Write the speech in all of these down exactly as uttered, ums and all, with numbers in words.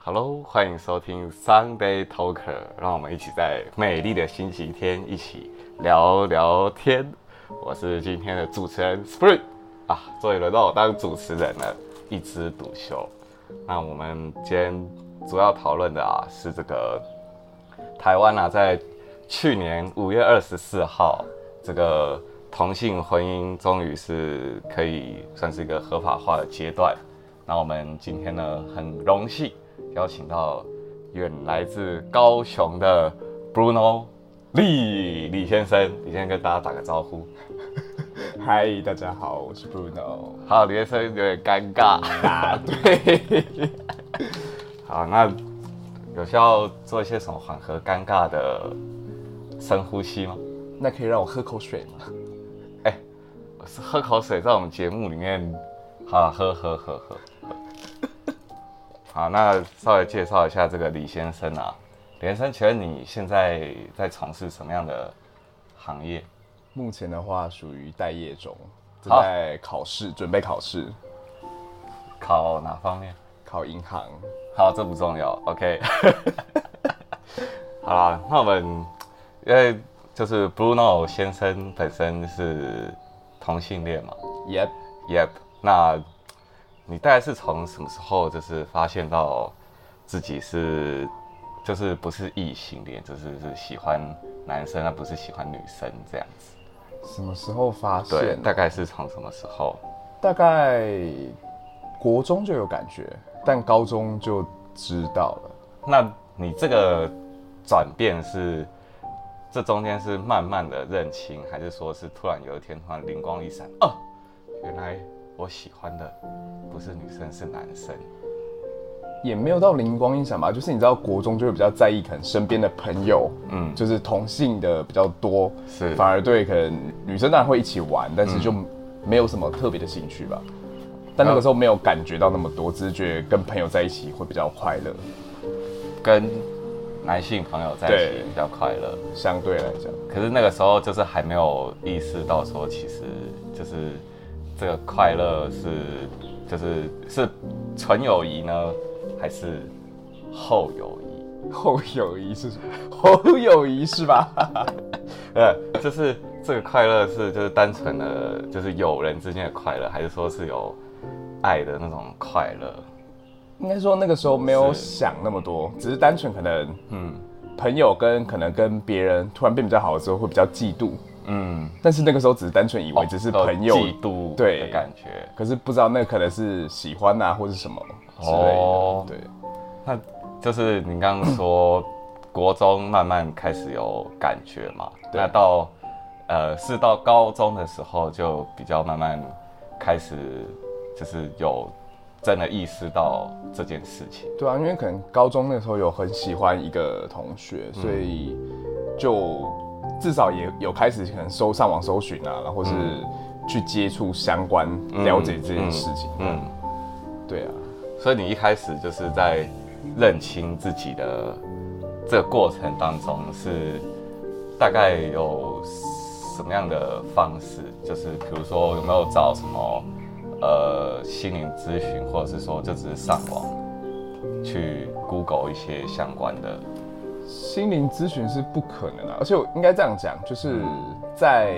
Hello，欢迎收听 Sunday Talker， 让我们一起在美丽的星期天一起聊聊天。我是今天的主持人 Spring 啊，终于轮到我当主持人了，一枝独秀。那我们今天主要讨论的啊是这个台湾啊，在去年五月二十四号，这个同性婚姻终于是可以算是一个合法化的阶段。那我们今天呢，很荣幸邀请到远来自高雄的 Bruno 李李先生，李先生跟大家打个招呼。 嗨，大家好，我是 Bruno。 好，李先生有点尴尬。 啊，对。 好，那有需要做一些什么缓和尴尬的深呼吸吗？ 那可以让我喝口水吗？ 哎、欸，喝口水在我们节目里面，好，喝喝喝喝。好，那稍微介绍一下这个李先生啊。李先生，请问你现在在从事什么样的行业？ 目前的话属于待业中，正在考试，准备考试。 考哪方面？ 考银行。 好，这不重要。OK。好啦，那我们因为就是 Bruno 先生本身是同性恋嘛 ？Yep Yep。那你大概是从什么时候就是发现到自己是就是不是异性恋，就是是喜欢男生，而不是喜欢女生这样子？ 什么时候发现？ 对，大概是从什么时候？ 大概国中就有感觉，但高中就知道了。 那你这个转变是这中间是慢慢的认清，还是说是突然有一天突然灵光一闪，哦，原来我喜欢的不是女生，是男生？ 也没有到灵光一闪吧，就是你知道国中就会比较在意可能身边的朋友，嗯，就是同性的比较多， 是反而对可能女生当然会一起玩，但是就没有什么特别的兴趣吧。嗯、但那个时候没有感觉到那么多，只是觉得跟朋友在一起会比较快乐， 跟男性朋友在一起比较快乐， 相对来讲。 可是那个时候就是还没有意识到说，其实就是这个快乐是就是是纯友谊呢，还是后友谊？ 后友谊是什么？后友谊是吧？ 呃，就是这个快乐是就是单纯的，就是友人之间的快乐，还是说是有爱的那种快乐？ 应该说那个时候没有想那么多，只是单纯可能，嗯，朋友跟可能跟别人突然变比较好的时候会比较嫉妒，嗯，但是那个时候只是单纯以为只是朋友、 哦、嫉妒的感觉， 可是不知道那可能是喜欢啊或是什么之类的，哦、对。 那就是你刚刚说国中慢慢开始有感觉嘛，那到呃是到高中的时候就比较慢慢开始就是有真的意识到这件事情。 对啊，因为可能高中那时候有很喜欢一个同学，所以就至少也有开始可能搜上网搜寻啊，然后是去接触相关、嗯、了解这件事情。嗯，嗯对啊。 所以你一开始就是在认清自己的这个过程当中，是大概有什么样的方式？就是比如说有没有找什么呃心灵咨询，或者是说就只是上网去 Google 一些相关的？ 心灵咨询是不可能啊，而且我应该这样讲，就是在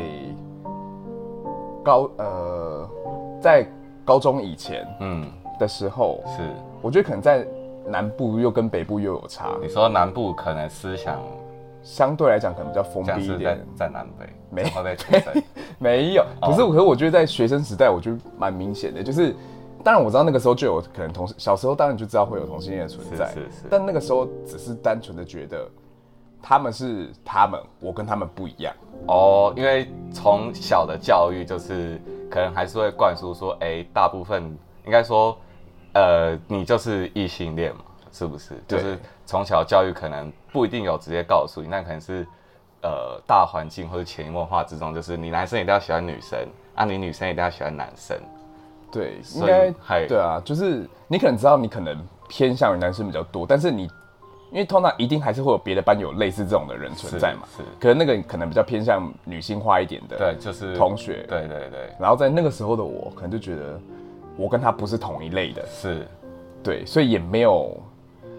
高呃在高中以前，嗯的时候， 是我觉得可能在南部又跟北部又有差。 你说南部可能思想相对来讲可能比较封闭一点， 在, 在南北没有没有，不是，可是我觉得在学生时代，我觉得蛮明显的，就是当然我知道那个时候就有可能同小时候当然就知道会有同性恋的存在， 是是是， 但那个时候只是单纯的觉得他们是他们，我跟他们不一样。 哦，因为从小的教育就是可能还是会灌输说，哎、欸，大部分应该说。呃，你就是异性恋嘛，是不是？就是从小教育可能不一定有直接告诉你，但可能是呃大环境或者潜移默化之中，就是你男生一定要喜欢女生，啊，你女生一定要喜欢男生。 对，应该对啊，就是你可能知道你可能偏向于男生比较多，但是你因为通常一定还是会有别的班有类似这种的人存在嘛，是，是可能那个可能比较偏向女性化一点的， 对，就是同学， 对对对。 然后在那个时候的我，可能就觉得。我跟他不是同一类的， 是， 对，所以也没有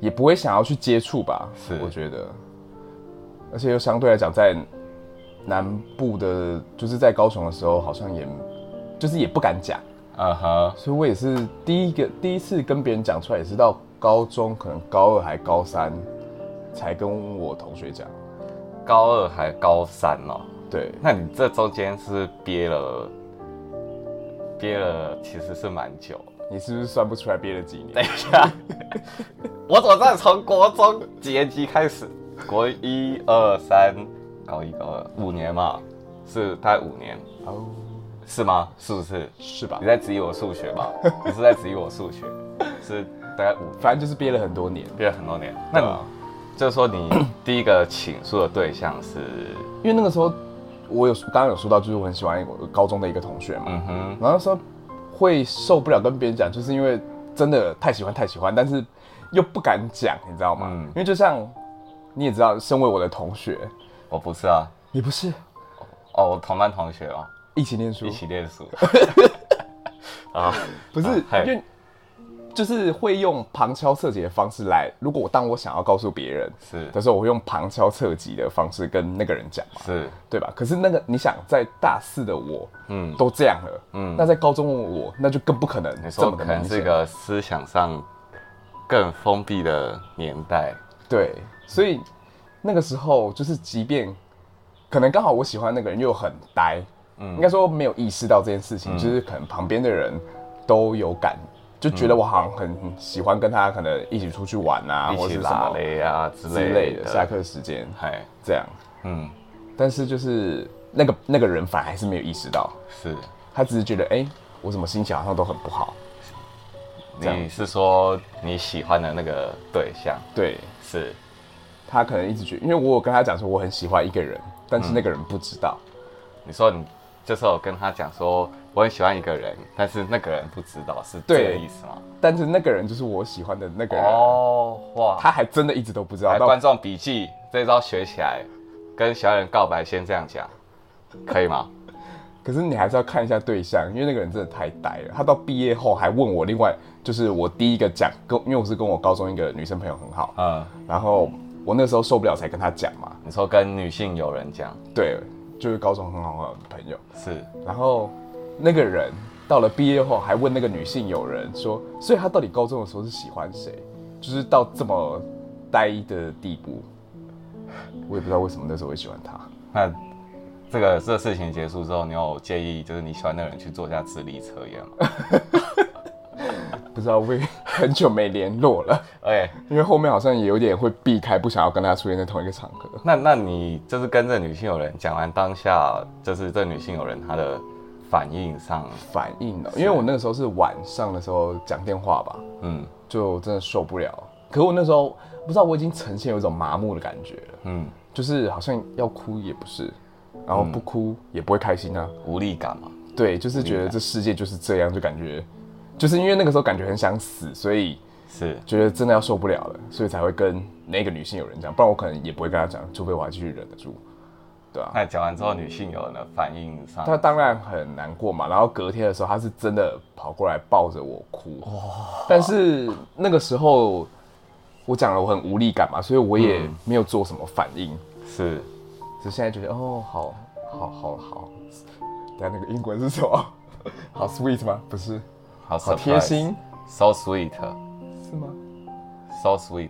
也不会想要去接触吧， 是我觉得，而且又相对来讲，在南部的，就是在高雄的时候，好像也就是也不敢讲， 嗯哼， 所以我也是第一个第一次跟别人讲出来，也是到高中可能高二还高三才跟我同学讲， 高二还高三哦， 对， 那你这中间是憋了憋了，其实是蛮久。 你是不是算不出来憋了几年？ 等一下，我怎么知道从国中几年级开始？国一、二、三，高一、高二，五年嘛，是大概五年哦， 是吗？是不是？ 是吧你？在质疑我数学吗？你是在质疑我数学？是大概五年， 反正就是憋了很多年， 憋了很多年。那你、 啊、 就是说你第一个倾诉的对象是？ 因为那个时候我有刚刚有说到，就是我很喜欢我高中的一个同学嘛， 嗯哼， 然后那时候会受不了跟别人讲，就是因为真的太喜欢太喜欢，但是又不敢讲，你知道吗？ 嗯因为就像你也知道，身为我的同学， 我不是啊， 你不是哦，我同班同学哦， 一起念书， 一起念书啊， 不是、 啊因为就是会用旁敲侧击的方式来，如果我当我想要告诉别人是的时候，我会用旁敲侧击的方式跟那个人讲嘛， 是， 对吧？可是那个你想，在大四的我， 嗯都这样了， 嗯， 那在高中的我，那就更不可能你说这么的明显可能是一个思想上更封闭的年代， 对，所以那个时候就是，即便可能刚好我喜欢那个人又很呆，嗯，应该说没有意识到这件事情，嗯、就是可能旁边的人都有感，就觉得我好像很喜欢跟他可能一起出去玩啊， 一起或者是什么拉雷啊之类的， 之类的下课时间， 嗨， 这样， 嗯， 但是就是那个那个人反而还是没有意识到， 是他只是觉得，哎、欸，我怎么心情好像都很不好。 你是说你喜欢的那个对象？ 对， 是。 他可能一直觉得，因为我有跟他讲说我很喜欢一个人，但是那个人不知道。 嗯、你说你就是有跟他讲说我很喜欢一个人，但是那个人不知道，是这个意思吗？ 但是那个人就是我喜欢的那个人。 哦，哇， 他还真的一直都不知道。 来，观众笔记，这一招学起来，跟小人告白先这样讲，可以吗？ 可是你还是要看一下对象，因为那个人真的太呆了。他到毕业后还问我，另外就是我第一个讲，跟因为我是跟我高中一个女生朋友很好，嗯，然后我那时候受不了才跟他讲嘛。 你说跟女性友人讲？ 对，就是高中很好的朋友。 是， 然后那个人到了毕业后还问那个女性友人说，所以他到底高中的时候是喜欢谁？就是到这么呆的地步，我也不知道为什么那时候会喜欢他。 那这个这个事情结束之后，你有介意就是你喜欢那个人去做一下智力测验吗？ 不知道，我也很久没联络了。 哎， 因为后面好像也有点会避开，不想要跟他出现在同一个场合。 那那你就是跟这女性友人讲完当下，就是这女性友人她的反应上反应呢？因为我那个时候是晚上的时候讲电话吧， 嗯， 就真的受不了。可我那时候不知道，我已经呈现有一种麻木的感觉了，嗯，就是好像要哭也不是，然后不哭也不会开心啊， 无力感嘛。 对，就是觉得这世界就是这样，就感觉就是因为那个时候感觉很想死，所以是觉得真的要受不了了，所以才会跟那个女性友人讲，不然我可能也不会跟她讲，除非我还继续忍得住，对啊。 那讲完之后，女性友人的反应上， 她当然很难过嘛，然后隔天的时候，她是真的跑过来抱着我哭，但是那个时候我讲了我很无力感嘛，所以我也没有做什么反应， 嗯、是， 只是现在觉得哦，好好好好，等下那个英文是什么？好 sweet 吗？不是， 好好贴心 ，so sweet， 是吗 ？so sweet，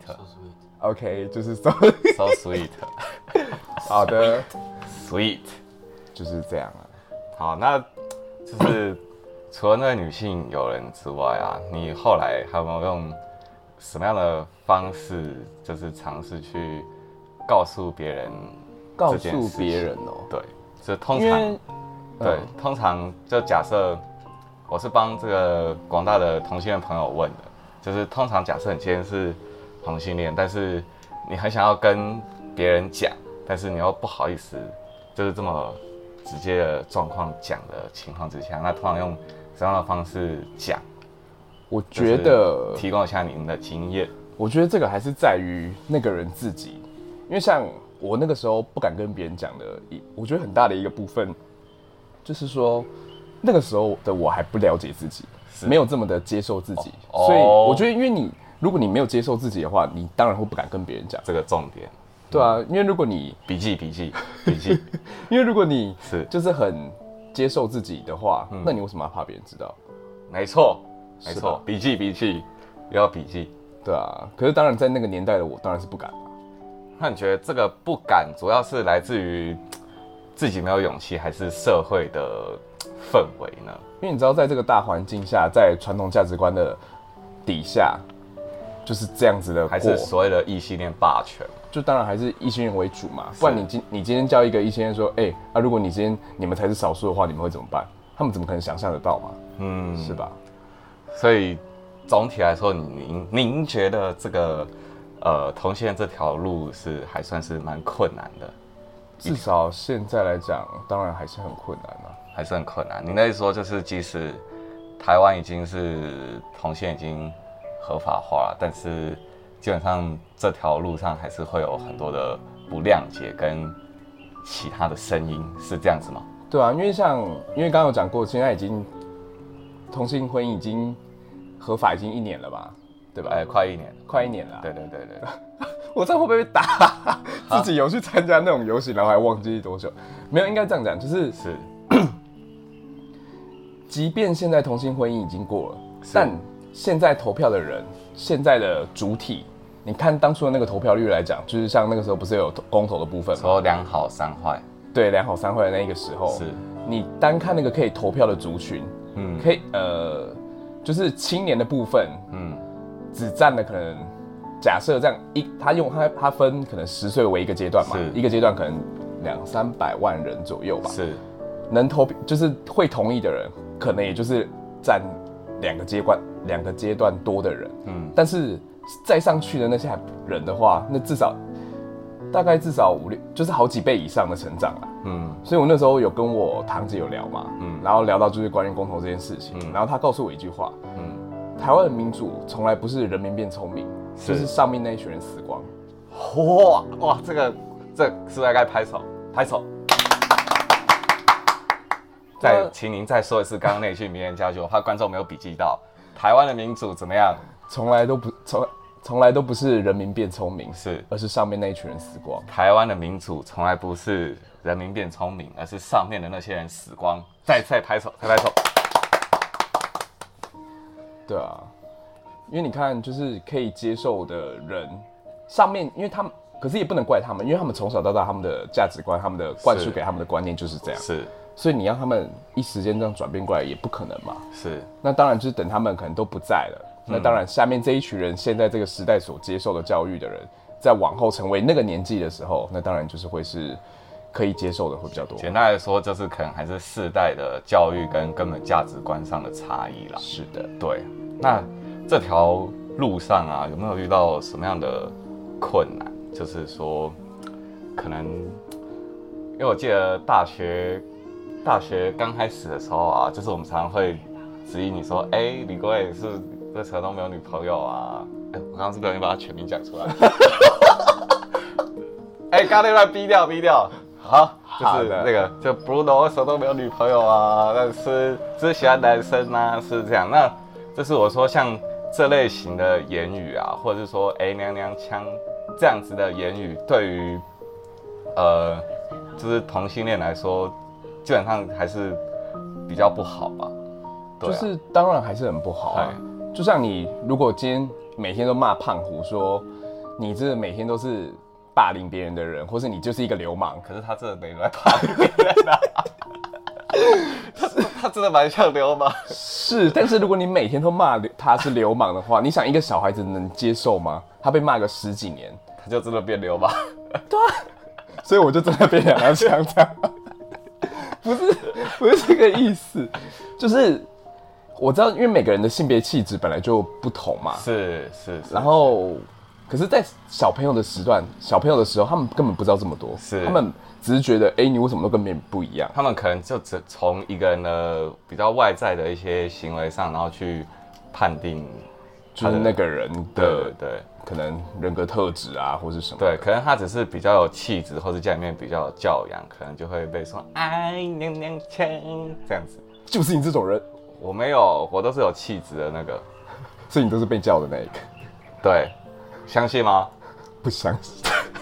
OK， 就是 so so sweet， 好的 ，sweet， 就是这样啊。 好，那就是除了那个女性友人之外啊，你后来还有没有用什么样的方式，就是尝试去告诉别人告诉别人哦？ 对，就通常。对，通常就假设我是帮这个广大的同性恋朋友问的，就是通常假设你今天是同性恋，但是你很想要跟别人讲，但是你又不好意思，就是这么直接的状况讲的情况之下，那通常用什么样的方式讲？ 我觉得提供一下您的经验。 我觉得这个还是在于那个人自己，因为像我那个时候不敢跟别人讲的，我觉得很大的一个部分。就是说，那个时候的我还不了解自己，没有这么的接受自己，哦、所以我觉得，因为你如果你没有接受自己的话，你当然会不敢跟别人讲这个重点。 对啊，因为如果你笔记笔记笔记， 因为如果你是就是很接受自己的话，嗯、那你为什么要怕别人知道？ 没错，没错，笔记笔记，要笔记。 对啊，可是当然在那个年代的我当然是不敢啊。 那你觉得这个不敢主要是来自于自己没有勇气，还是社会的氛围呢？ 因为你知道，在这个大环境下，在传统价值观的底下，就是这样子的过， 还是所谓的异性恋霸权？ 就当然还是异性恋为主嘛，不然你今你今天叫一个异性恋说，哎、欸，啊，如果你今天你们才是少数的话，你们会怎么办？他们怎么可能想象得到嘛？嗯，是吧？ 所以总体来说，您您觉得这个呃同性恋这条路是还算是蛮困难的？ 至少现在来讲，当然还是很困难啊， 还是很困难。您的意思说，就是即使台湾已经是同性恋已经合法化了，但是基本上这条路上还是会有很多的不谅解跟其他的声音，是这样子吗？ 对啊，因为像因为刚刚有讲过，现在已经同性婚姻已经合法已经一年了吧，对吧？ 哎、欸，快一年， 快一年了。 对对对对。 我这样会不会被打？自己有去参加那种游行，然后还忘记多久？没有，应该这样讲，就是是， 即便现在同性婚姻已经过了，但现在投票的人，现在的主体，你看当初的那个投票率来讲，就是像那个时候不是有公投的部分吗？ 说两好三坏， 对，两好三坏的那个时候， 是你单看那个可以投票的族群，嗯，可以呃，就是青年的部分，嗯，只占了可能。假设这样一，他用他他分可能十岁为一个阶段嘛，一个阶段可能两三百万人左右吧。是，能投就是会同意的人，可能也就是占两个阶段两个阶段多的人。嗯，但是再上去的那些人的话，那至少大概至少五六，就是好几倍以上的成长啦。嗯，所以我那时候有跟我堂姐有聊嘛，嗯，然后聊到就是关于公投这件事情，嗯、然后他告诉我一句话，嗯，台湾的民主从来不是人民变聪明。就是上面那一群人死光， 哇哇，这个这是不是该拍手拍手？再请您再说一次刚刚那句名言佳句，我怕观众没有笔记到。台湾的民主怎么样？ 从来都不从从来都不是人民变聪明， 是而是上面那一群人死光。 台湾的民主从来不是人民变聪明，而是上面的那些人死光。再再拍手，再拍手。 对啊。因为你看，就是可以接受的人，上面，因为他们，可是也不能怪他们，因为他们从小到大，他们的价值观，他们的灌输给他们的观念就是这样。 是， 所以你让他们一时间这样转变过来也不可能嘛。 是， 那当然就是等他们可能都不在了，嗯、那当然下面这一群人现在这个时代所接受的教育的人，在往后成为那个年纪的时候，那当然就是会是可以接受的会比较多。 简单来说，就是可能还是世代的教育跟根本价值观上的差异啦。 是的， 对，那。这条路上啊，有没有遇到什么样的困难？就是说，可能，因为我记得大学大学刚开始的时候啊，就是我们常常会质疑你说，哎、欸，李国伟是这时候都没有女朋友啊？哎、欸，我刚刚是不是把他全名讲出来？哎、欸，刚刚那段逼掉逼掉。好，就是那个，就 Bruno 什么都没有女朋友啊，但是只喜欢男生啊，是这样。那就是我说像。这类型的言语啊，或者是说哎、欸、娘娘腔这样子的言语，对于呃就是同性恋来说，基本上还是比较不好吧。对啊、 就是当然还是很不好啊。就像你如果今天每天都骂胖虎说你这每天都是霸凌别人的人，或是你就是一个流氓， 可是他真的没来霸凌别人啊。他他真的蛮像流氓， 是，但是如果你每天都骂他是流氓的话，你想一个小孩子能接受吗？他被骂个十几年， 他就真的变流氓。 对啊，所以我就真的变两两枪这样，不是不是这个意思，就是我知道，因为每个人的性别气质本来就不同嘛， 是是， 然后可是，在小朋友的时段，小朋友的时候，他们根本不知道这么多，是他们。只是觉得，哎、欸，你为什么都跟别人不一样？ 他们可能就只从一个人的比较外在的一些行为上，然后去判定， 就是那个人的对对可能人格特质啊，或是什么。 对，可能他只是比较有气质，或是家里面比较有教养，可能就会被说哎娘娘腔这样子。 就是你这种人， 我没有，我都是有气质的那个， 所以你都是被叫的那一个。 对，相信吗？ 不相信。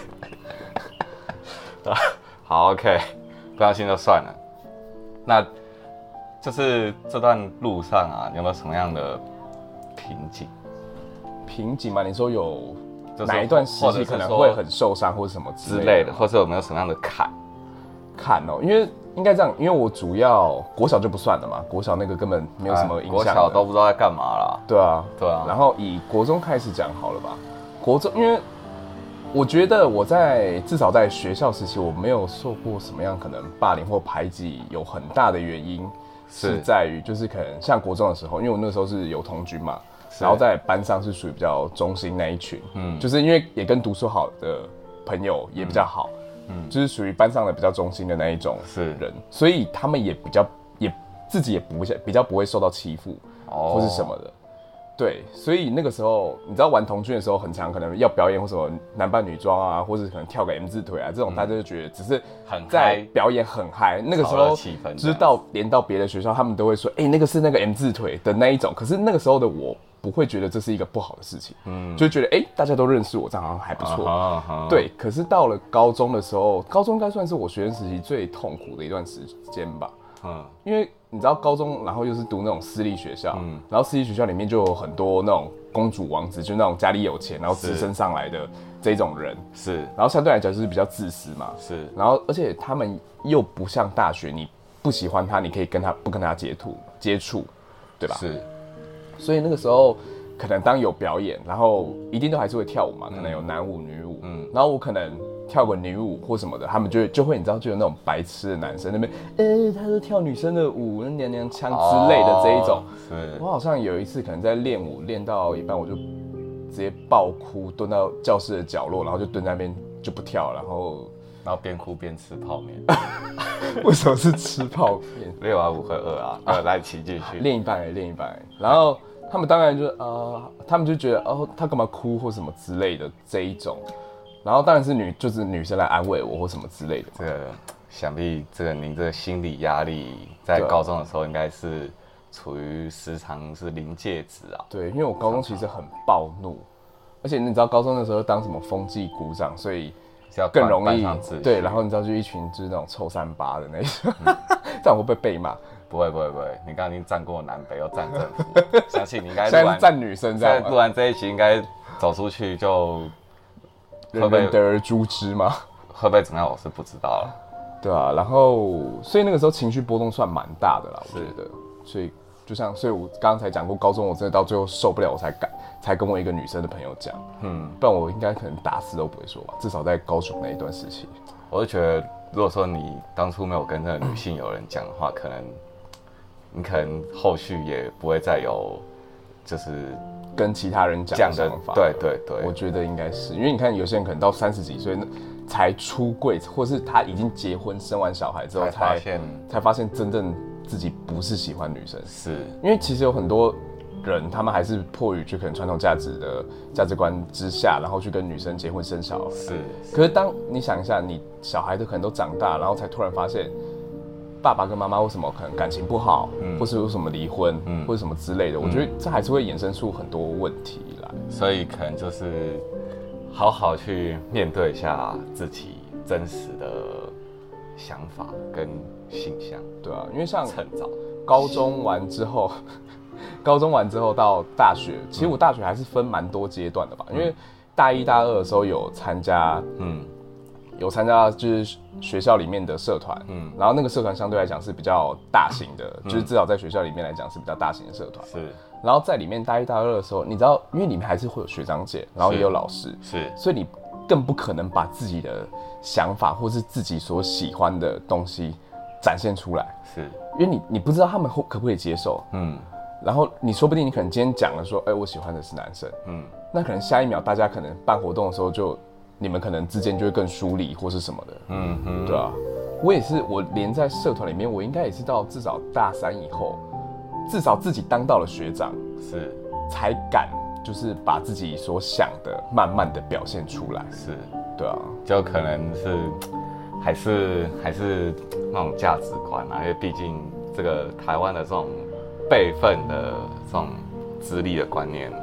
好 ，OK， 不相信就算了。那就是这段路上啊，你有没有什么样的瓶颈？ 瓶颈嘛，你说有就是哪一段时期可能会很受伤，或者什么之类的， 或是有没有什么样的坎？ 坎哦，因为应该这样，因为我主要国小就不算了嘛，国小那个根本没有什么影响、 哎，国小都不知道在干嘛啦。 对啊， 对啊。 然后以国中开始讲好了吧，国中，因为我觉得我在至少在学校时期，我没有受过什么样可能霸凌或排挤，有很大的原因是在于，就是可能像国中的时候，因为我那时候是有童军嘛，然后在班上是属于比较中心那一群，嗯，就是因为也跟读书好的朋友也比较好。嗯嗯，就是属于班上的比较中心的那一种人，所以他们也比较也自己也不会比较不会受到欺负，或是什么的。对，所以那个时候你知道玩童军的时候，很常可能要表演或什么男扮女装啊，或者可能跳个 M 字腿啊，这种大家就觉得只是在表演很嗨。那个时候知道连到别的学校，他们都会说，哎、欸，那个是那个 M 字腿的那一种。可是那个时候的我不会觉得这是一个不好的事情，嗯，就觉得哎、欸，大家都认识我，这样好像还不错。Uh huh, uh huh. 对，可是到了高中的时候，高中应该算是我学生时期最痛苦的一段时间吧。嗯，因为你知道高中，然后又是读那种私立学校，嗯，然后私立学校里面就有很多那种公主王子，就那种家里有钱，然后直升上来的这种人，是，然后相对来讲就是比较自私嘛，是，然后而且他们又不像大学，你不喜欢他，你可以跟他不跟他接触接触，对吧？是，所以那个时候可能当有表演，然后一定都还是会跳舞嘛，可能有男舞女舞，嗯，然后我可能跳个女舞或什么的，他们就就会你知道就有那种白痴的男生那边，哎、欸，他是跳女生的舞，娘娘腔之类的这一种。是，我好像有一次可能在练舞练到一半，我就直接爆哭，蹲到教室的角落，然后就蹲在那边就不跳，然后然后边哭边吃泡面。 为什么是吃泡面？ 练完舞会饿啊，呃，来骑继续练一半而练一半，然后他们当然就呃，他们就觉得哦，他干嘛哭或什么之类的这一种。然后当然是女，就是女生来安慰我或什么之类的。 这个想必这个您这个心理压力，在高中的时候应该是处于时常是临界值啊。 对，因为我高中其实很暴怒，而且你知道高中的时候当什么风纪股长，所以更容易对。然后你知道就一群就是那种臭三八的那种，嗯、这样会不会被骂？ 不会不会不会，你刚刚已经站过南北，又站政府，相信你应该现在是站女生这样。 录完这一期应该走出去就。 人人得而诛之吗？ 会不会怎么样？我是不知道了。 对啊，然后所以那个时候情绪波动算蛮大的啦，我觉得。所以就像，所以我刚刚才讲过，高中我真的到最后受不了，我才敢才跟我一个女生的朋友讲，嗯，不然我应该可能打死都不会说吧，至少在高中那一段时期。 我就觉得，如果说你当初没有跟那个女性友人讲的话，可能你可能后续也不会再有，就是。 跟其他人讲的想法， 对对对， 我觉得应该是，因为你看有些人可能到三十几岁才出柜，或是他已经结婚生完小孩之后才发现，才发现真正自己不是喜欢女生，是因为其实有很多人他们还是迫于就可能传统价值的价值观之下，然后去跟女生结婚生小孩，是。可是当你想一下，你小孩都可能都长大，然后才突然发现。爸爸跟妈妈为什么可能感情不好，嗯、或是有什么离婚，嗯、或者什么之类的，嗯、我觉得这还是会衍生出很多问题来。 所以可能就是好好去面对一下自己真实的想法跟形象。 对啊，因为像趁早高中完之后，高中完之后到大学，其实我大学还是分蛮多阶段的吧，嗯、因为大一大二的时候有参加，嗯。有参加就是学校里面的社团，嗯，然后那个社团相对来讲是比较大型的，嗯、就是至少在学校里面来讲是比较大型的社团。是，然后在里面大一大二的时候，你知道，因为里面还是会有学长姐，然后也有老师，是，所以你更不可能把自己的想法或是自己所喜欢的东西展现出来，是，因为你你不知道他们可不可以接受，嗯，然后你说不定你可能今天讲了说，哎、欸，我喜欢的是男生，嗯，那可能下一秒大家可能办活动的时候就。你们可能之间就会更疏离或是什么的，嗯嗯，对啊，我也是，我连在社团里面，我应该也是到至少大三以后，至少自己当到了学长，是才敢就是把自己所想的慢慢的表现出来，是，对啊， 就可能是还是还是那种价值观啊，因为毕竟这个台湾的这种辈分的这种资历的观念。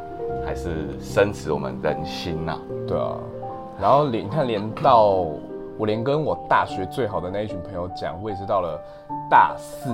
还是深植我们人心呐、啊。 对啊，然后连你看，连到我连跟我大学最好的那一群朋友讲，我也是到了大四，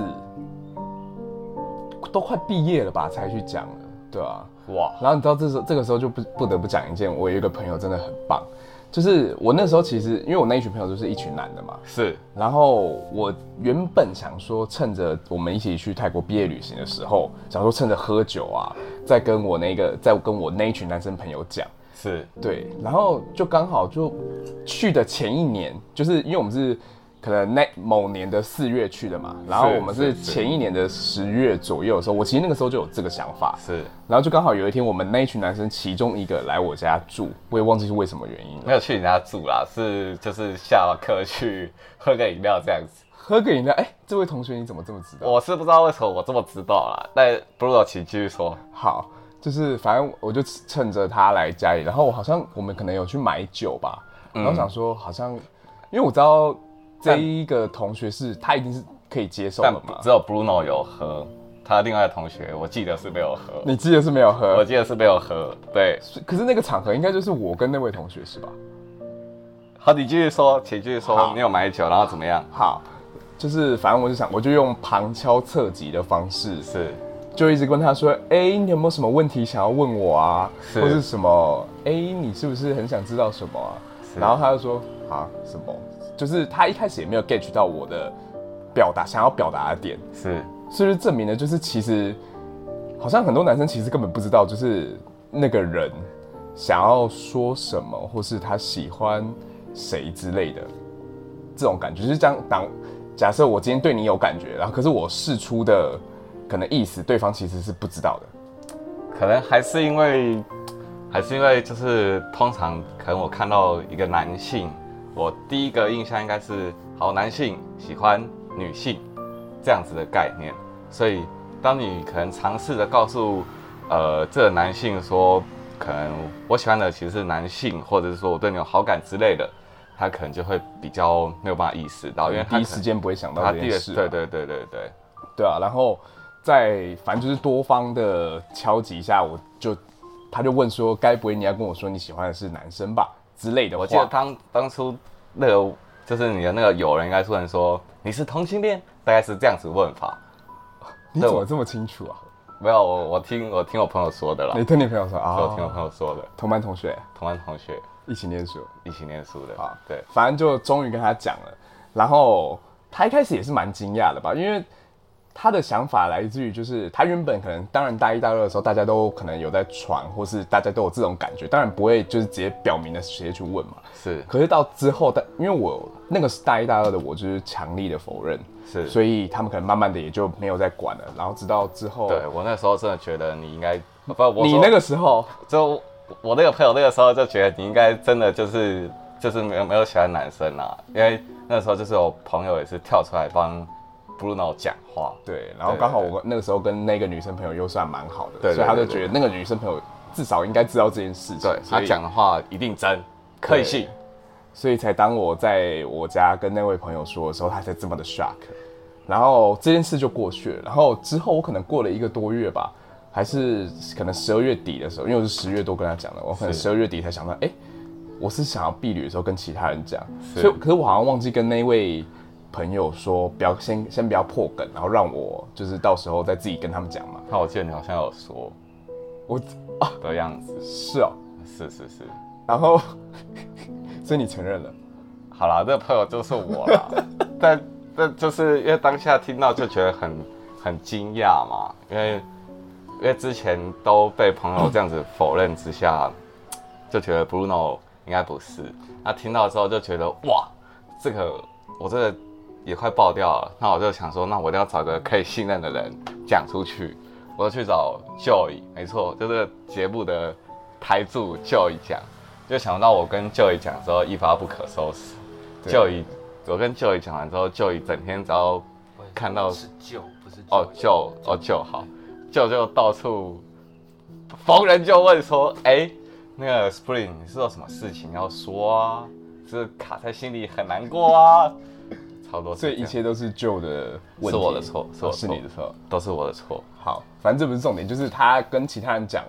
都快毕业了吧才去讲了，对啊。哇！然后你知道这时候这个时候就不不得不讲一件，我有一个朋友真的很棒，就是我那时候其实因为我那一群朋友就是一群男的嘛， 是。 然后我原本想说，趁着我们一起去泰国毕业旅行的时候，想说趁着喝酒啊，再跟我那个再跟我那一群男生朋友讲。 是对，然后就刚好就去的前一年，就是因为我们是可能那某年的四月去的嘛，然后我们是前一年的十月左右的时候，我其实那个时候就有这个想法， 是， 然后就刚好有一天，我们那一群男生其中一个来我家住，我也忘记是为什么原因了， 没有去你家住啦，是就是下课去喝个饮料这样子。 喝个饮料，哎、欸，这位同学你怎么这么知道？ 我是不知道为什么我这么知道啦，但 Bruno 请继续说。 好。就是反正我就趁着他来家里，然后我好像我们可能有去买酒吧，然后想说好像，因为我知道这一个同学是他一定是可以接受的嘛， 只有 Bruno 有喝，他另外的同学我记得是没有喝。 你记得是没有喝？ 我记得是没有喝，对。 可是那个场合应该就是我跟那位同学是吧？ 好，你继续说，请继续说，你有买酒，然后怎么样？ 好，就是反正我就想，我就用旁敲侧击的方式是。 就一直跟他说，哎、欸，你有没有什么问题想要问我啊？是或是什么？哎、欸，你是不是很想知道什么啊？然后他就说啊，什么？就是他一开始也没有 get 到我的表达想要表达的点， 是， 所以就证明了，就是其实好像很多男生其实根本不知道，就是那个人想要说什么，或是他喜欢谁之类的这种感觉。就是这样，当假设我今天对你有感觉，然后可是我释出的。可能意思对方其实是不知道的， 可能还是因为，还是因为就是通常可能我看到一个男性，我第一个印象应该是好男性喜欢女性这样子的概念，所以当你可能尝试的告诉呃这个男性说，可能我喜欢的其实是男性，或者是说我对你有好感之类的，他可能就会比较没有办法意识到，因为他第一时间不会想到这件事。 对对对对对， 对啊，然后。在反正就是多方的敲击下，我就他就问说，该不会你要跟我说你喜欢的是男生吧之类的话。 我记得当当初那个就是你的那个友人应该突然说你是同性恋，大概是这样子问法。 你怎么这么清楚啊？ 没有，我我听我听我朋友说的啦。 你听你朋友说啊？ 我听我朋友说的。 同班同学， 同班同学一起念书， 一起念书的。 啊， 对， 反正就终于跟他讲了，然后他一开始也是蛮惊讶的吧，因为。他的想法来自于，就是他原本可能，当然大一大二的时候，大家都可能有在传，或是大家都有这种感觉，当然不会就是直接表明的直接去问嘛。 是。 可是到之后，但因为我那个是大一大二的，我就是强力的否认， 是， 所以他们可能慢慢的也就没有再管了。然后直到之后， 对我那时候真的觉得你应该，不，我你那个时候， 就我那个朋友那个时候就觉得你应该真的就是就是没有没有喜欢男生啊，因为那时候就是我朋友也是跳出来帮。Bruno 讲话， 对，然后刚好我那个时候跟那个女生朋友又算蛮好的， 对， 所以他就觉得那个女生朋友至少应该知道这件事情， 对，他讲的话一定真，可以信， 所以才当我在我家跟那位朋友说的时候，他才这么的 shock， 然后这件事就过去了，然后之后我可能过了一个多月吧，还是可能十二月底的时候，因为我是十月多跟他讲的，我可能十二月底才想到，哎、欸，我是想要避旅的时候跟其他人讲，所以可是我好像忘记跟那位。朋友说不要先先不要破梗，然后让我就是到时候再自己跟他们讲嘛。 那我记得你好像有说， 我啊的样子是哦， 是是是， 然后所以你承认了？ 好啦，这个朋友就是我啦，但但就是因为当下听到就觉得很很惊讶嘛，因为因为之前都被朋友这样子否认之下，就觉得 Bruno 应该不是，那听到之后就觉得哇，这个我这个。也快爆掉了，那我就想说，那我一定要找个可以信任的人讲出去。我就去找 Joey， 没错，就是节目的台柱 Joey 讲，就想到我跟 Joey 讲之后一发不可收拾。Joey， 我跟 Joey 讲完之后 ，Joey 整天只要看到是舅，不是哦舅哦舅好，舅就到处逢人就问说，哎、欸，那个 Spring 你是有什么事情要说啊？是卡在心里很难过啊？超多， 所以一切都是旧的问题， 是我的错，是我的错， 是你的错， 都是我的错。 好，反正这不是重点，就是他跟其他人讲完，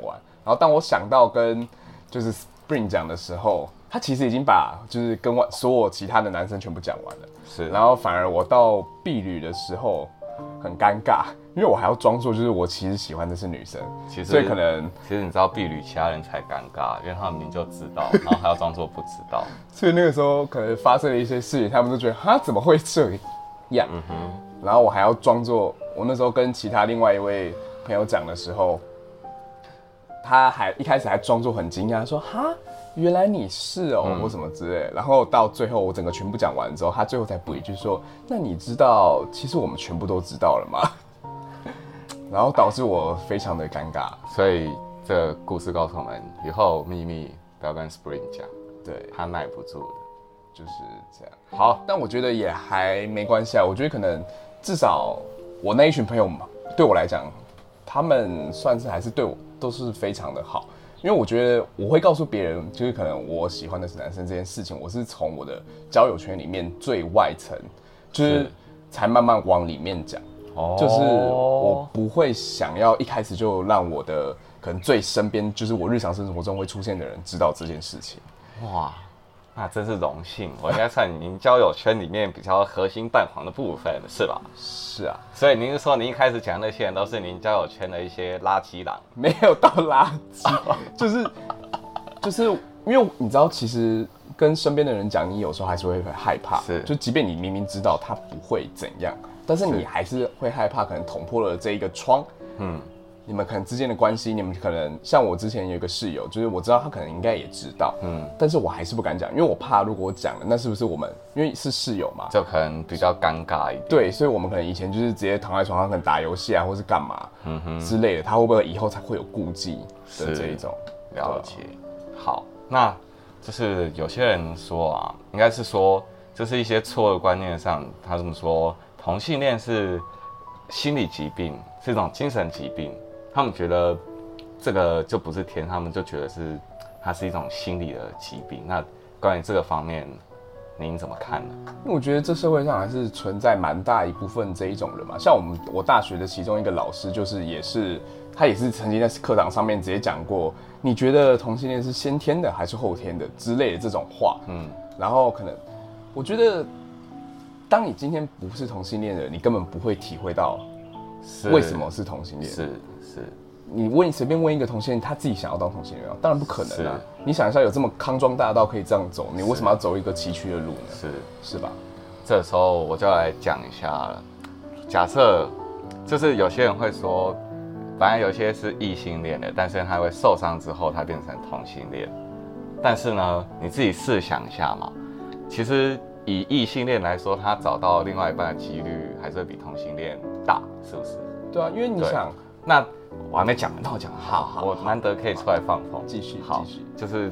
然后当我想到跟就是 Spring 讲的时候，他其实已经把就是跟所有其他的男生全部讲完了。 是， 然后反而我到婢旅的时候很尴尬，因为我还要装作就是我其实喜欢的是女生， 其实所以可能其实你知道婢旅其他人才尴尬，因为他们明明就知道，然后还要装作不知道。 所以那个时候可能发生了一些事情，他们都觉得哈怎么会这样？嗯哼。然后我还要装作我那时候跟其他另外一位朋友讲的时候，他还一开始还装作很惊讶，说哈。原来你是哦、喔，嗯、或什么之类的，然后到最后我整个全部讲完之后，他最后才补一句说：“那你知道，其实我们全部都知道了吗？”然后导致我非常的尴尬。 所以这个故事告诉我们，以后秘密不要跟 Spring 讲， 对， 他耐不住的， 就是这样。 好， 但我觉得也还没关系啊。我觉得可能至少我那一群朋友嘛，对我来讲，他们算是还是对我都是非常的好。因为我觉得我会告诉别人，就是可能我喜欢的是男生这件事情，我是从我的交友圈里面最外层，就是才慢慢往里面讲。哦，就是我不会想要一开始就让我的可能最身边，就是我日常生活中会出现的人知道这件事情。 哇，那真是荣幸，我应该算您交友圈里面比较核心蛋黄的部分，是吧？ 是啊， 所以您是说您一开始讲的那些人都是您交友圈的一些垃圾郎？ 没有到垃圾，就是就是因为你知道，其实跟身边的人讲，你有时候还是会害怕， 是， 就即便你明明知道他不会怎样，但是你还是会害怕，可能捅破了这一个窗，嗯。你们可能之间的关系，你们可能像我之前有一个室友，就是我知道他可能应该也知道，嗯，但是我还是不敢讲，因为我怕如果我讲了，那是不是我们因为是室友嘛， 就可能比较尴尬一点。 对，所以我们可能以前就是直接躺在床上，可能打游戏啊，或是干嘛，嗯哼之类的，他会不会以后才会有顾忌的这一种？ 了解。好，那就是有些人说啊，应该是说，就是一些错误观念上，他这么说，同性恋是心理疾病，是一种精神疾病。他们觉得这个就不是天，他们就觉得是它是一种心理的疾病。那关于这个方面，您怎么看呢？ 因为我觉得这社会上还是存在蛮大一部分这一种人嘛。像我们我大学的其中一个老师，就是也是他也是曾经在课堂上面直接讲过，你觉得同性恋是先天的还是后天的之类的这种话。嗯，然后可能我觉得，当你今天不是同性恋的人，你根本不会体会到为什么是同性恋。 是。是， 你问随便问一个同性恋，他自己想要当同性恋吗？当然不可能啊！你想一下，有这么康庄大道可以这样走，你为什么要走一个崎岖的路呢？ 是是吧？ 这时候我就来讲一下了。假设就是有些人会说，反正有些是异性恋的，但是他会受伤之后，他变成同性恋。但是呢，你自己试想一下嘛，其实以异性恋来说，他找到另外一半的几率还是会比同性恋大，是不是？ 对啊，因为你想。 那我还没讲，那我讲好，好，我难得可以出来放风， 继续， 好，就是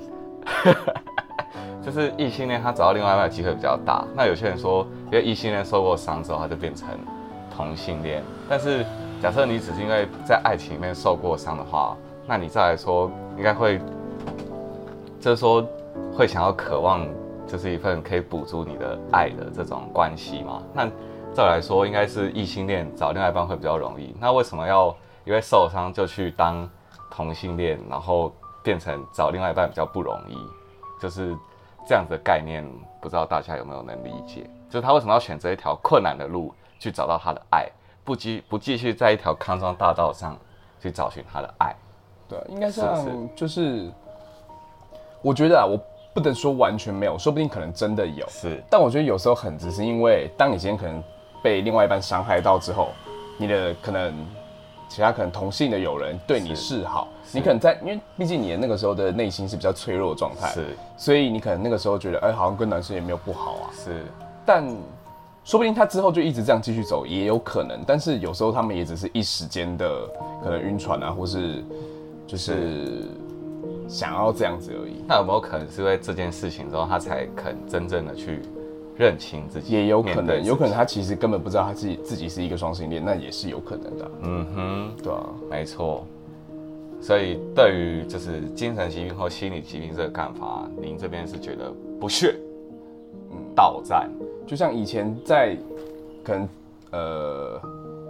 就是异性恋他找到另外一半的机会比较大。那有些人说，因为异性恋受过伤之后，他就变成同性恋。但是假设你只是因为在爱情里面受过伤的话，那你再来说，应该会，就是说会想要渴望，就是一份可以补足你的爱的这种关系嘛？那照理来说，应该是异性恋找另外一半会比较容易。那为什么要因为受伤就去当同性恋，然后变成找另外一半比较不容易？就是这样子的概念，不知道大家有没有能理解？就是他为什么要选择一条困难的路去找到他的爱，不继不继续在一条康庄大道上去找寻他的爱？ 对，应该是这样。就是我觉得啊，我不能说完全没有，说不定可能真的有。 是， 但我觉得有时候很只是因为，当你今天可能被另外一半伤害到之后，你的可能。其他可能同性的友人对你示好，你可能在，因为毕竟你的那个时候的内心是比较脆弱的状态， 是， 所以你可能那个时候觉得，哎、欸，好像跟男生也没有不好啊， 是， 但说不定他之后就一直这样继续走，也有可能。但是有时候他们也只是一时间的可能晕船啊，或是就是想要这样子而已。 那有没有可能是因为这件事情之后，他才肯真正的去认清自己？ 也有可能，有可能他其实根本不知道他自己自己是一个双性恋，那也是有可能的。 嗯哼， 对啊， 没错。所以对于就是精神疾病或心理疾病这个看法，您这边是觉得不屑，嗯，倒赞。 就像以前在可能呃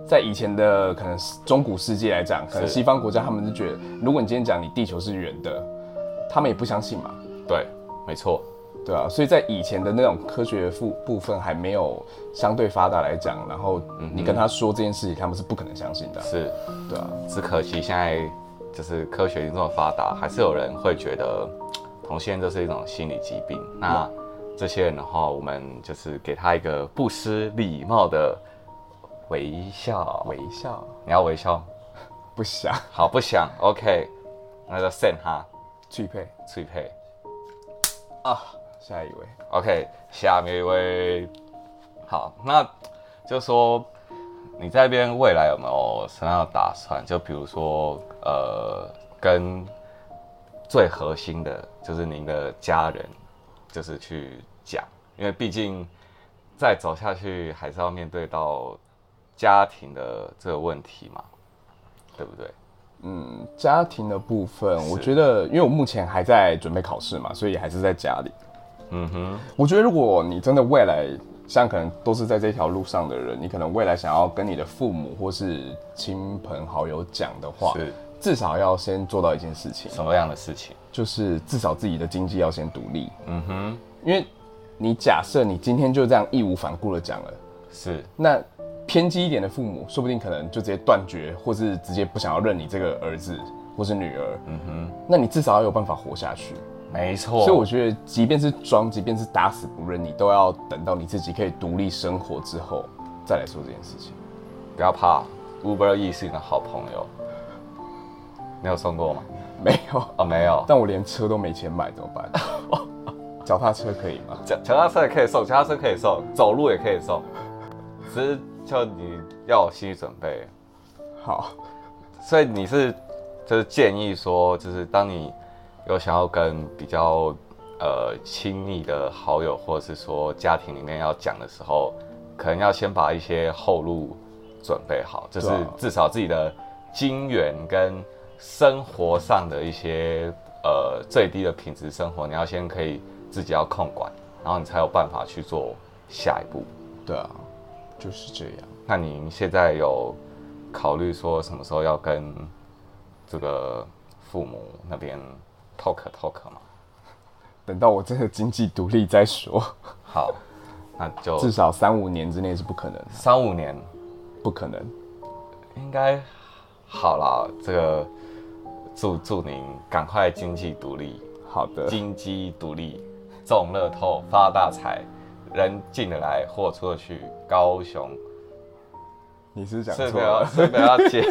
在以前的可能中古世界来讲，可能西方国家他们是觉得，如果你今天讲你地球是圆的，他们也不相信嘛。 对，没错。 对啊，所以在以前的那种科学部部分还没有相对发达来讲，然后你跟他说这件事情，他们是不可能相信的。 是， 对啊。 只可惜现在就是科学已经这么发达，还是有人会觉得同性恋这是一种心理疾病。那这些人的话，我们就是给他一个不失礼貌的微笑。 微笑？ 你要微笑？ 不想。 好，不想。OK， 那就 send 他。 脆配。 脆配。 啊。下一位 ，OK， 下面一位，好，那就说你在这边未来有没有什么样的打算？就比如说，呃，跟最核心的就是您的家人，就是去讲，因为毕竟再走下去还是要面对到家庭的这个问题嘛，对不对？ 嗯，家庭的部分，我觉得，因为我目前还在准备考试嘛，所以还是在家里。嗯哼，我觉得如果你真的未来像可能都是在这条路上的人，你可能未来想要跟你的父母或是亲朋好友讲的话，是至少要先做到一件事情。 什么样的事情？ 就是至少自己的经济要先独立。嗯哼，因为你假设你今天就这样义无反顾的讲了， 是那偏激一点的父母，说不定可能就直接断绝，或是直接不想要认你这个儿子或是女儿。嗯哼，那你至少要有办法活下去。 没错， 所以我觉得，即便是装，即便是打死不认，你都要等到你自己可以独立生活之后，再来说这件事情。 不要怕 ，Uber Eats 是你的好朋友。你有送过吗？ 没有哦，没有。 但我连车都没钱买，怎么办？脚踏车可以吗？ 脚脚踏车也可以送，脚踏车可以送，走路也可以送，只是就你要有心理准备。 好， 所以你是就是建议说，就是当你有想要跟比较呃亲密的好友，或者是说家庭里面要讲的时候，可能要先把一些后路准备好，就是至少自己的金源跟生活上的一些呃最低的品质生活，你要先可以自己要控管，然后你才有办法去做下一步。 对啊，就是这样。 那您现在有考虑说什么时候要跟这个父母那边talk talk 吗？ 等到我真的经济独立再说。 好，那就至少三五年之内是不可能的。 三五年， 不可能。 应该好啦，这个祝祝您赶快经济独立。 好的。经济独立，中乐透发大财，人进得来，货出得去。高雄， 你是讲错了， 是不要接。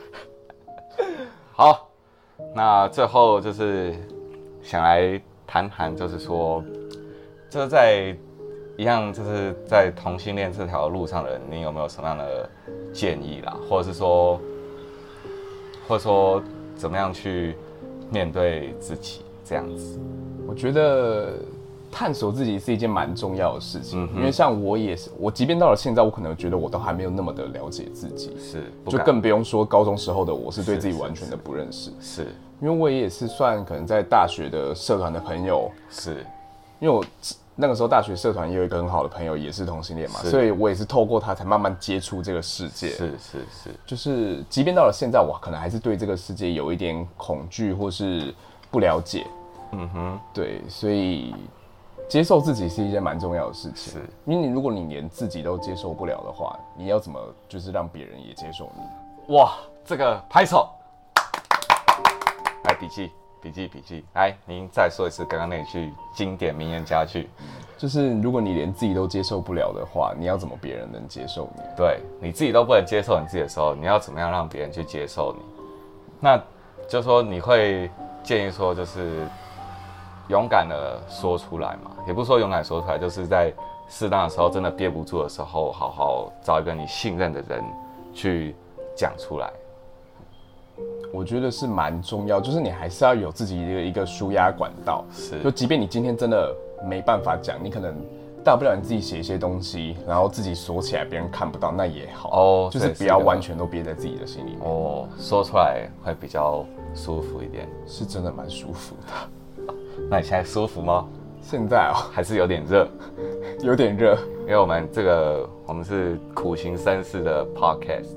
好。那最后就是想来谈谈，就是说，就是在一样，就是在同性恋这条路上的人，你有没有什么样的建议啦？或者是说，或者说怎么样去面对自己这样子？ 我觉得探索自己是一件蛮重要的事情，嗯、因为像我也是，我即便到了现在，我可能觉得我都还没有那么的了解自己， 是， 就更不用说高中时候的我是对自己完全的不认识， 是，是因为我也是算可能在大学的社团的朋友， 是， 因为我那个时候大学社团也有一个很好的朋友也是同性恋嘛，所以我也是透过他才慢慢接触这个世界， 是是是， 就是即便到了现在，我可能还是对这个世界有一点恐惧或是不了解，嗯哼，对，所以。接受自己是一件蛮重要的事情，是，因为你如果你连自己都接受不了的话，你要怎么就是让别人也接受你？ 哇，这个拍手，来笔记笔记笔记，来您再说一次刚刚那句经典名言佳句， 就是如果你连自己都接受不了的话，你要怎么别人能接受你？ 对，你自己都不能接受你自己的时候，你要怎么样让别人去接受你？那就说你会建议说就是。勇敢的说出来嘛，也不是说勇敢说出来，就是在适当的时候，真的憋不住的时候，好好找一个你信任的人去讲出来。 我觉得是蛮重要，就是你还是要有自己的一个抒压管道。 是， 就即便你今天真的没办法讲，你可能大不了你自己写一些东西，然后自己锁起来，别人看不到，那也好。哦，就是不要完全都憋在自己的心里面。 哦，说出来会比较舒服一点。 是真的蛮舒服的。 那你现在舒服吗？ 现在哦， 还是有点热， 有点热， 因为我们这个我们是苦行僧式的 podcast，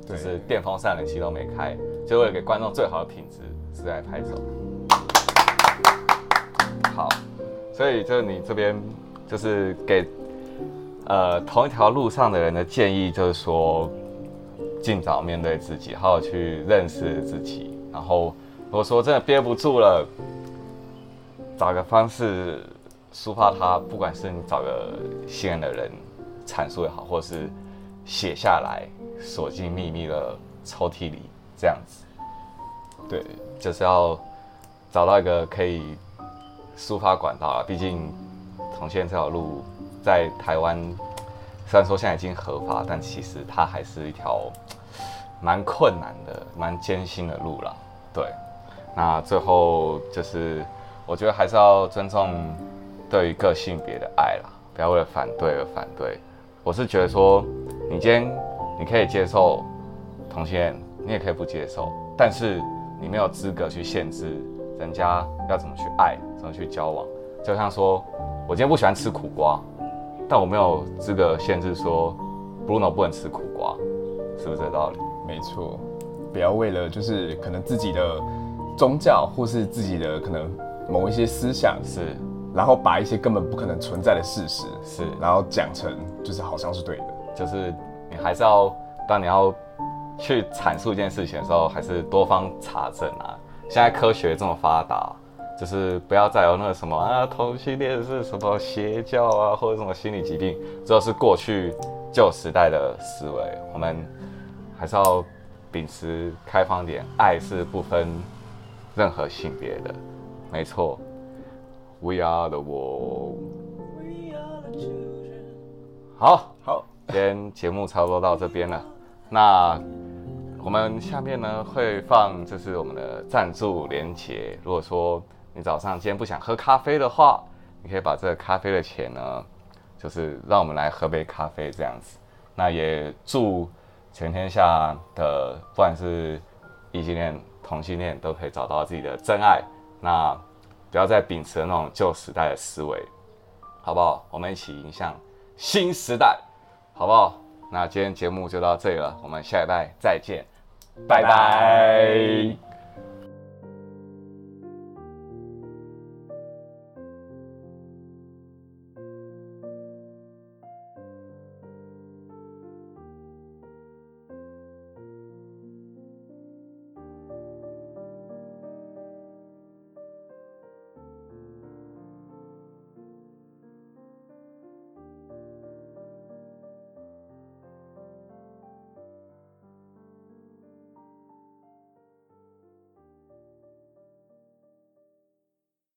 就是电风扇、冷气都没开，就为了给观众最好的品质，是在拍手。好，所以就是你这边就是给呃同一条路上的人的建议，就是说尽早面对自己，好好去认识自己。然后如果说真的憋不住了，找个方式抒发它，不管是你找个信任的人阐述也好，或是写下来锁进秘密的抽屉里，这样子。 对， 就是要找到一个可以抒发管道啊。毕竟同性恋这条路在台湾虽然说现在已经合法，但其实它还是一条蛮困难的、蛮艰辛的路啦。对，那最后就是我觉得还是要尊重对于各性别的爱啦，不要为了反对而反对。我是觉得说，你今天你可以接受同性恋，你也可以不接受，但是你没有资格去限制人家要怎么去爱，怎么去交往。就像说，我今天不喜欢吃苦瓜，但我没有资格限制说 Bruno 不能吃苦瓜，是不是这个道理？ 没错，不要为了就是可能自己的宗教或是自己的可能某一些思想是。 然后把一些根本不可能存在的事实是， 然后讲成就是好像是对的， 就是你还是要，当你要去阐述一件事情的时候，还是多方查证啊。现在科学这么发达，就是不要再有那个什么啊同性恋是什么邪教啊，或者什么心理疾病，这都是过去旧时代的思维。我们还是要秉持开放点，爱是不分任何性别的，没错。We are the world。好，好，今天节目差不多到这边了。那我们下面呢会放就是我们的赞助连结。如果说你早上今天不想喝咖啡的话，你可以把这个咖啡的钱呢，就是让我们来喝杯咖啡这样子。那也祝全天下的不管是异性恋、同性恋都可以找到自己的真爱。那不要再秉持那种旧时代的思维，好不好？我们一起迎向新时代，好不好？那今天节目就到这里了，我们下礼拜再见，拜拜。